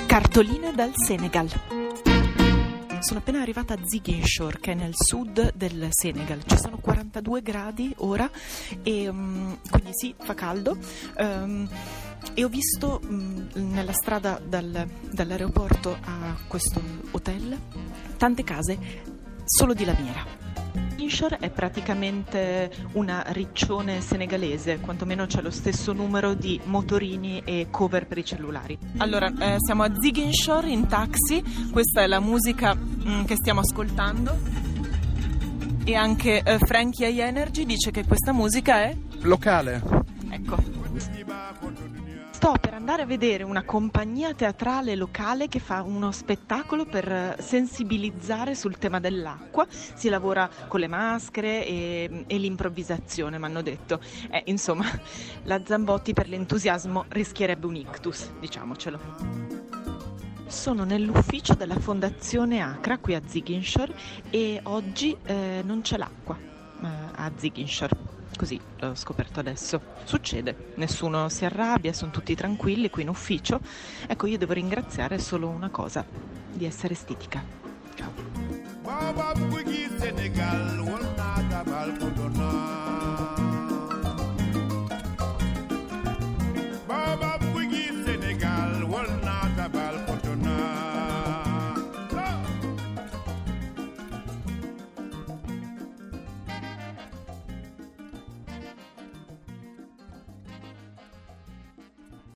Cartoline dal Senegal. Sono appena arrivata a Ziguinchor, che è nel sud del Senegal. Ci sono 42 gradi ora e quindi sì, fa caldo. E ho visto nella strada dall'aeroporto a questo hotel tante case solo di lamiera. Ziguinchor è praticamente una riccione senegalese, quantomeno c'è lo stesso numero di motorini e cover per i cellulari. Allora, siamo a Ziguinchor in taxi, questa è la musica che stiamo ascoltando e anche Frankie High Energy dice che questa musica è locale. Ecco. Sto per andare a vedere una compagnia teatrale locale che fa uno spettacolo per sensibilizzare sul tema dell'acqua. Si lavora con le maschere e l'improvvisazione, mi hanno detto. Insomma, la Zambotti per l'entusiasmo rischierebbe un ictus, diciamocelo. Sono nell'ufficio della Fondazione Accra qui a Ziguinchor e oggi non c'è l'acqua a Ziguinchor. Così l'ho scoperto adesso. Succede, nessuno si arrabbia, sono tutti tranquilli qui in ufficio. Ecco, io devo ringraziare solo una cosa, di essere estetica. Ciao.